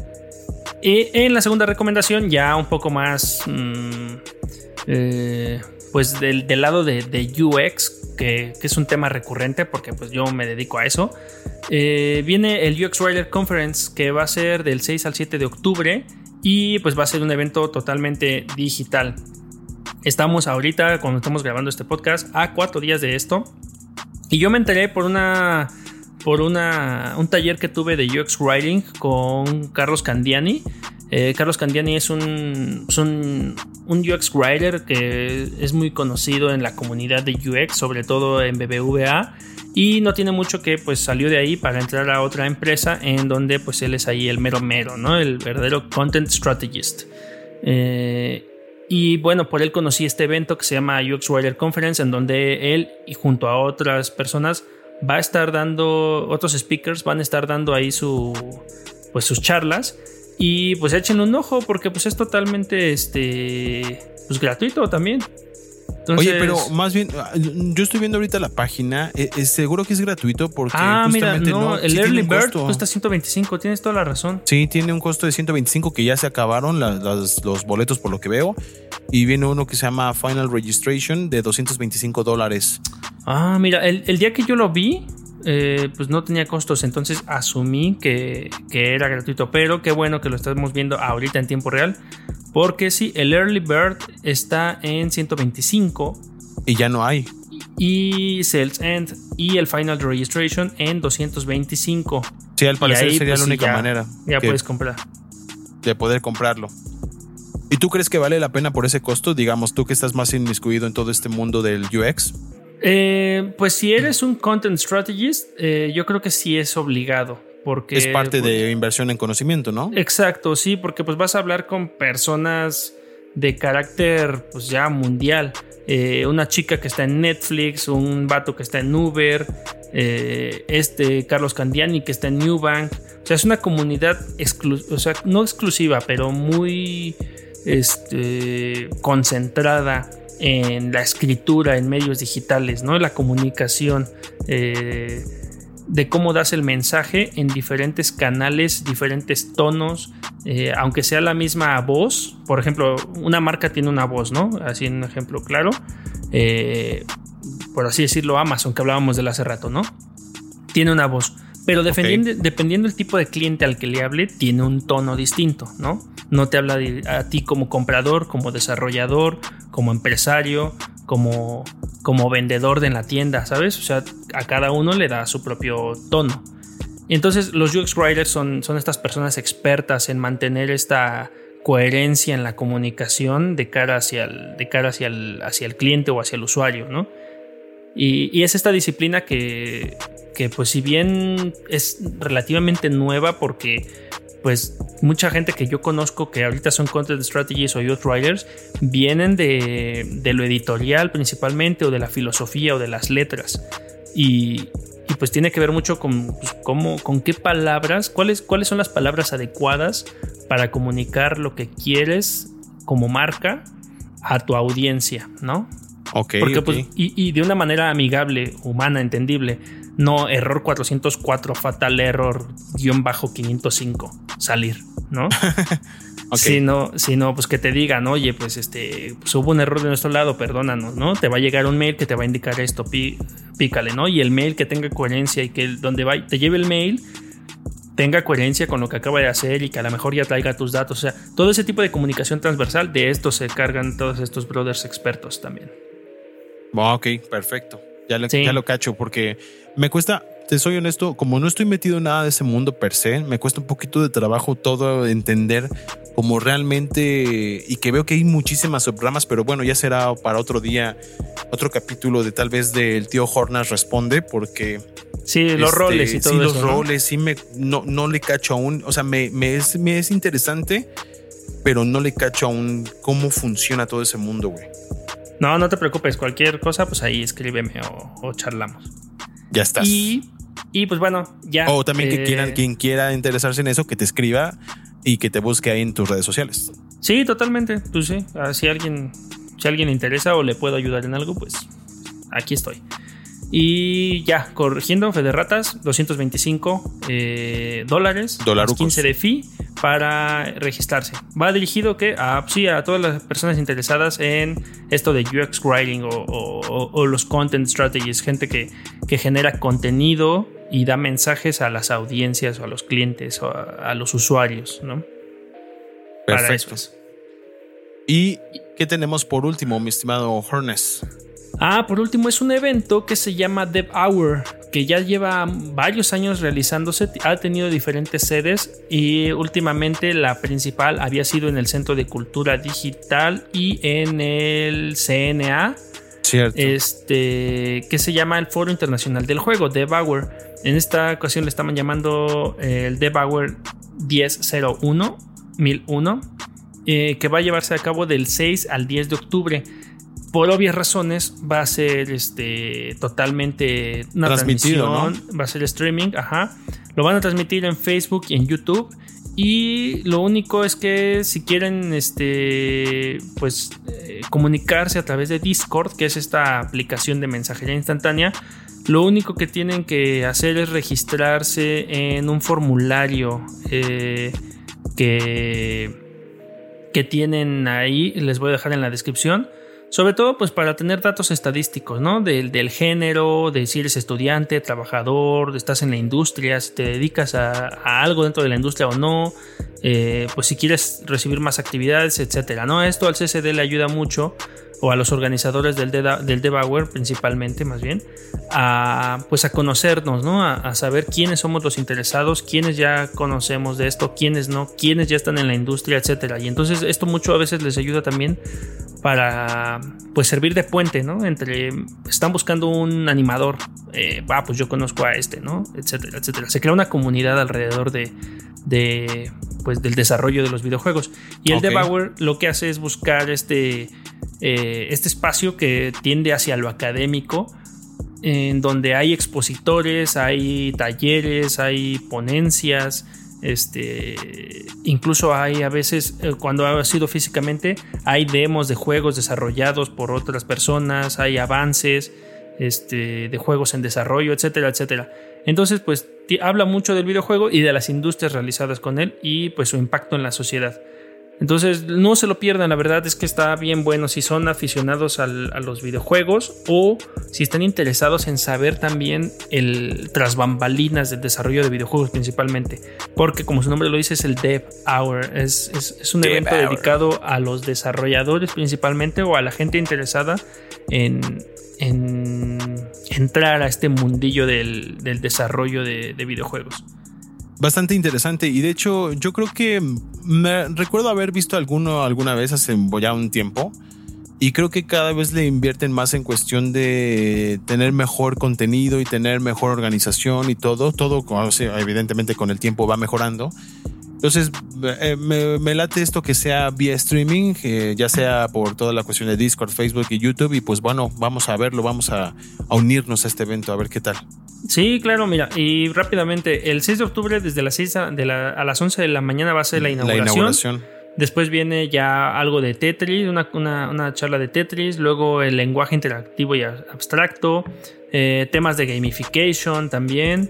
Y en la segunda recomendación, ya un poco más... Mmm, eh, pues del, del lado de, de U X, que, que es un tema recurrente porque pues yo me dedico a eso. Eh, viene el U X Writer Conference, que va a ser del seis al siete de octubre. Y pues va a ser un evento totalmente digital. Estamos ahorita, cuando estamos grabando este podcast, a cuatro días de esto. Y yo me enteré por una por una, un taller que tuve de U X Writing con Carlos Candiani. Eh, Carlos Candiani es un, es un, un U X Writer que es muy conocido en la comunidad de U X, sobre todo en B B V A, y no tiene mucho que pues salió de ahí para entrar a otra empresa en donde pues él es ahí el mero mero, ¿no? El verdadero Content Strategist. Eh, y bueno, por él conocí este evento que se llama U X Writer Conference, en donde él y junto a otras personas va a estar dando, otros speakers van a estar dando ahí su, pues sus charlas. Y pues echen un ojo porque pues es totalmente este pues gratuito también. Entonces, oye, pero más bien, yo estoy viendo ahorita la página, es seguro que es gratuito porque ah, justamente mira, no, no, el sí Early Bird costo. cuesta ciento veinticinco, tienes toda la razón. Sí, tiene un costo de ciento veinticinco que ya se acabaron las, las, los boletos por lo que veo. Y viene uno que se llama Final Registration de doscientos veinticinco dólares. Ah, mira, el, el día que yo lo vi, eh, pues no tenía costos, entonces asumí que, que era gratuito, pero qué bueno que lo estamos viendo ahorita en tiempo real, porque sí, el Early Bird está en ciento veinticinco y ya no hay, y Sales End y el Final Registration en doscientos veinticinco. Sí, al parecer ahí, sería pues, la única sí, ya, manera ya puedes comprar de poder comprarlo. ¿Y tú crees que vale la pena por ese costo? Digamos, tú que estás más inmiscuido en todo este mundo del U X. Eh, pues si eres un content strategist, eh, yo creo que sí es obligado. Porque, es parte pues, de inversión en conocimiento, ¿no? Exacto, sí, porque pues vas a hablar con personas de carácter pues ya mundial. Eh, una chica que está en Netflix, un vato que está en Uber, eh, este Carlos Candiani que está en Newbank. O sea, es una comunidad exclu- o sea, no exclusiva, pero muy este, concentrada en la escritura en medios digitales, ¿no? La comunicación, eh, de cómo das el mensaje en diferentes canales, diferentes tonos, eh, aunque sea la misma voz. Por ejemplo, una marca tiene una voz, ¿no? Así en un ejemplo claro, eh, por así decirlo, Amazon, que hablábamos de él hace rato, ¿no? Tiene una voz, pero dependiendo, okay. dependiendo del tipo de cliente al que le hable, tiene un tono distinto, ¿no? No te habla de, a ti como comprador, como desarrollador, como empresario, como, como vendedor de en la tienda, ¿sabes? O sea, a cada uno le da su propio tono. Y entonces los U X Writers son, son estas personas expertas en mantener esta coherencia en la comunicación de cara hacia el, de cara hacia el, hacia el cliente o hacia el usuario, ¿no? Y, y es esta disciplina que, que pues si bien es relativamente nueva, porque pues mucha gente que yo conozco que ahorita son content strategies o U X writers vienen de, de lo editorial principalmente, o de la filosofía o de las letras, y, y pues tiene que ver mucho con pues, cómo, con qué palabras, cuáles, cuáles son las palabras adecuadas para comunicar lo que quieres como marca a tu audiencia, ¿no? Okay, Porque, okay. Pues, y, y de una manera amigable, humana, entendible. No error cuatrocientos cuatro, fatal error, guión bajo quinientos cinco, salir, ¿no? Okay. Sino, sino, pues que te digan, oye, pues este, pues hubo un error de nuestro lado, perdónanos, ¿no? Te va a llegar un mail que te va a indicar esto, pí, pícale, ¿no? Y el mail que tenga coherencia y que donde va, te lleve el mail tenga coherencia con lo que acaba de hacer y que a lo mejor ya traiga tus datos. O sea, todo ese tipo de comunicación transversal, de esto se cargan todos estos brothers expertos también. Ok, perfecto. Ya lo, sí. ya lo cacho, porque me cuesta, te soy honesto, como no estoy metido en nada de ese mundo per se, me cuesta un poquito de trabajo todo entender como realmente, y que veo que hay muchísimas subramas, pero bueno, ya será para otro día, otro capítulo de tal vez del tío Hornas Responde, porque sí, los este, roles y todo sí, eso, los ¿no? roles, sí, me, no, no le cacho aún, o sea, me, me, es, me es interesante, pero no le cacho aún cómo funciona todo ese mundo, güey. No, no te preocupes, cualquier cosa, pues ahí escríbeme o, o charlamos. Ya estás. Y, y pues bueno, ya. O también eh, que quieran, quien quiera interesarse en eso, que te escriba y que te busque ahí en tus redes sociales. Sí, totalmente. Pues sí, si alguien, si alguien le interesa o le puedo ayudar en algo, pues aquí estoy. Y ya, corrigiendo, Fede Ratas, doscientos veinticinco eh, dólares, Dolarucos. quince de fee para registrarse. Va dirigido que a, sí, a todas las personas interesadas en esto de U X Writing o, o, o los Content Strategies, gente que, que genera contenido y da mensajes a las audiencias o a los clientes o a, a los usuarios, ¿no? Perfecto. Para eso. ¿Y qué tenemos por último, mi estimado Hornes? Ah, por último es un evento que se llama Dev Hour, que ya lleva varios años realizándose, ha tenido diferentes sedes y últimamente la principal había sido en el Centro de Cultura Digital y en el C N A. Cierto. Este, que se llama el Foro Internacional del Juego, debugger. En esta ocasión le estaban llamando eh, el debugger diez cero uno, mil uno, eh, que va a llevarse a cabo del seis al diez de octubre. Por obvias razones va a ser este, totalmente una transmisión, ¿no? Va a ser streaming, ajá. Lo van a transmitir en Facebook y en YouTube. Y lo único es que si quieren este, pues, eh, comunicarse a través de Discord, que es esta aplicación de mensajería instantánea, lo único que tienen que hacer es registrarse en un formulario eh, que, que tienen ahí. Les voy a dejar en la descripción. Sobre todo pues para tener datos estadísticos, ¿no? Del, del género, de si eres estudiante, trabajador, estás en la industria, si te dedicas a, a algo dentro de la industria o no, eh, pues si quieres recibir más actividades, etcétera, ¿no? Esto al C C D le ayuda mucho, o a los organizadores del, deda, del debugger principalmente, más bien, a, pues a conocernos, ¿no? A, a saber quiénes somos los interesados, quiénes ya conocemos de esto, quiénes no, quiénes ya están en la industria, etcétera. Y entonces esto mucho a veces les ayuda también para pues servir de puente, ¿no? Entre están buscando un animador, eh, ah, pues yo conozco a este, ¿no? Etcétera, etcétera. Se crea una comunidad alrededor de, de pues del desarrollo de los videojuegos. Y el okay. debugger lo que hace es buscar este, eh, este espacio que tiende hacia lo académico, en donde hay expositores, hay talleres, hay ponencias. Este, incluso hay a veces, eh, cuando ha sido físicamente, hay demos de juegos desarrollados por otras personas, hay avances este, de juegos en desarrollo, etcétera, etcétera. Entonces, pues t- habla mucho del videojuego y de las industrias realizadas con él y pues su impacto en la sociedad. Entonces, no se lo pierdan, la verdad es que está bien bueno si son aficionados al, a los videojuegos o si están interesados en saber también el tras bambalinas del desarrollo de videojuegos principalmente, porque como su nombre lo dice es el Dev Hour, es, es, es un Dev evento Hour. Dedicado a los desarrolladores principalmente o a la gente interesada en, en entrar a este mundillo del, del desarrollo de, de videojuegos. Bastante interesante y de hecho yo creo que me recuerdo haber visto alguno alguna vez hace ya un tiempo y creo que cada vez le invierten más en cuestión de tener mejor contenido y tener mejor organización y todo, todo o sea, evidentemente con el tiempo va mejorando. Entonces eh, me, me late esto que sea vía streaming, eh, ya sea por toda la cuestión de Discord, Facebook y YouTube y pues bueno, vamos a verlo, vamos a, a unirnos a este evento a ver qué tal. Sí, claro, mira, y rápidamente, el seis de octubre desde las seis a, de la, a las once de la mañana va a ser la inauguración. La inauguración. Después viene ya algo de Tetris, una, una, una charla de Tetris, luego el lenguaje interactivo y abstracto, eh, temas de gamification también.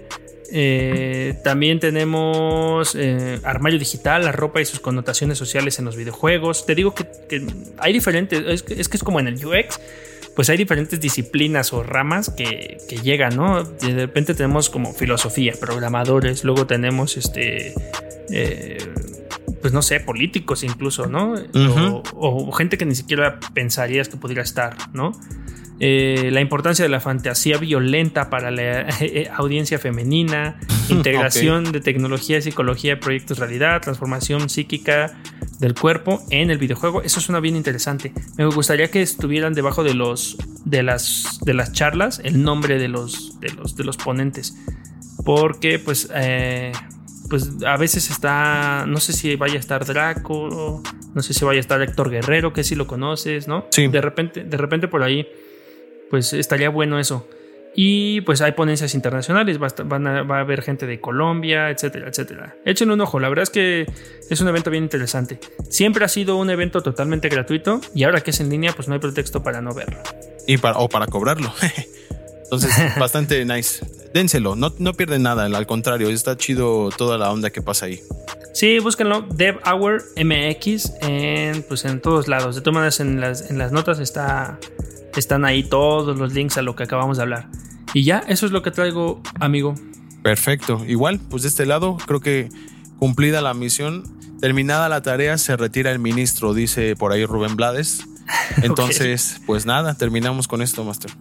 Eh, también tenemos eh, armario digital, la ropa y sus connotaciones sociales en los videojuegos. Te digo que, que hay diferentes, es que, es que es como en el U X. Pues hay diferentes disciplinas o ramas que, que llegan, ¿no? De repente tenemos como filosofía, programadores, luego tenemos este, eh, pues no sé, políticos incluso, ¿no? Uh-huh. O, o gente que ni siquiera pensarías que pudiera estar, ¿no? Eh, la importancia de la fantasía violenta para la eh, audiencia femenina, integración okay. de tecnología y psicología de proyectos realidad, transformación psíquica del cuerpo en el videojuego. Eso suena bien interesante. Me gustaría que estuvieran debajo de los de las de las charlas el nombre de los de los de los ponentes, porque pues eh, pues a veces está, no sé si vaya a estar Draco, no sé si vaya a estar Héctor Guerrero, que si lo conoces, ¿no? Sí. De repente de repente por ahí pues estaría bueno eso. Y pues hay ponencias internacionales, va a, estar, van a, va a haber gente de Colombia, etcétera, etcétera. Échenle un ojo, la verdad es que es un evento bien interesante. Siempre ha sido un evento totalmente gratuito y ahora que es en línea, pues no hay pretexto para no verlo. Y para, o para cobrarlo. Entonces, bastante nice. Dénselo, no, no pierden nada, al contrario, está chido toda la onda que pasa ahí. Sí, búsquenlo, DevHour M X en, pues en todos lados. De todas maneras, en las, en las notas está... están ahí todos los links a lo que acabamos de hablar. Y ya, eso es lo que traigo, amigo. Perfecto. Igual, pues de este lado, creo que cumplida la misión, terminada la tarea, se retira el ministro, dice por ahí Rubén Blades. Entonces, okay. Pues nada, terminamos con esto, Master.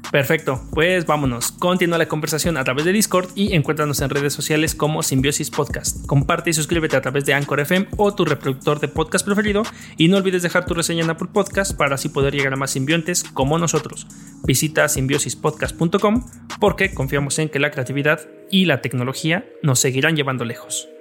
Perfecto, pues vámonos. Continúa la conversación a través de Discord y encuéntranos en redes sociales como Simbiosis Podcast. Comparte y suscríbete a través de Anchor F M o tu reproductor de podcast preferido y no olvides dejar tu reseña en Apple Podcast para así poder llegar a más simbiontes como nosotros. Visita simbiosis podcast punto com porque confiamos en que la creatividad y la tecnología nos seguirán llevando lejos.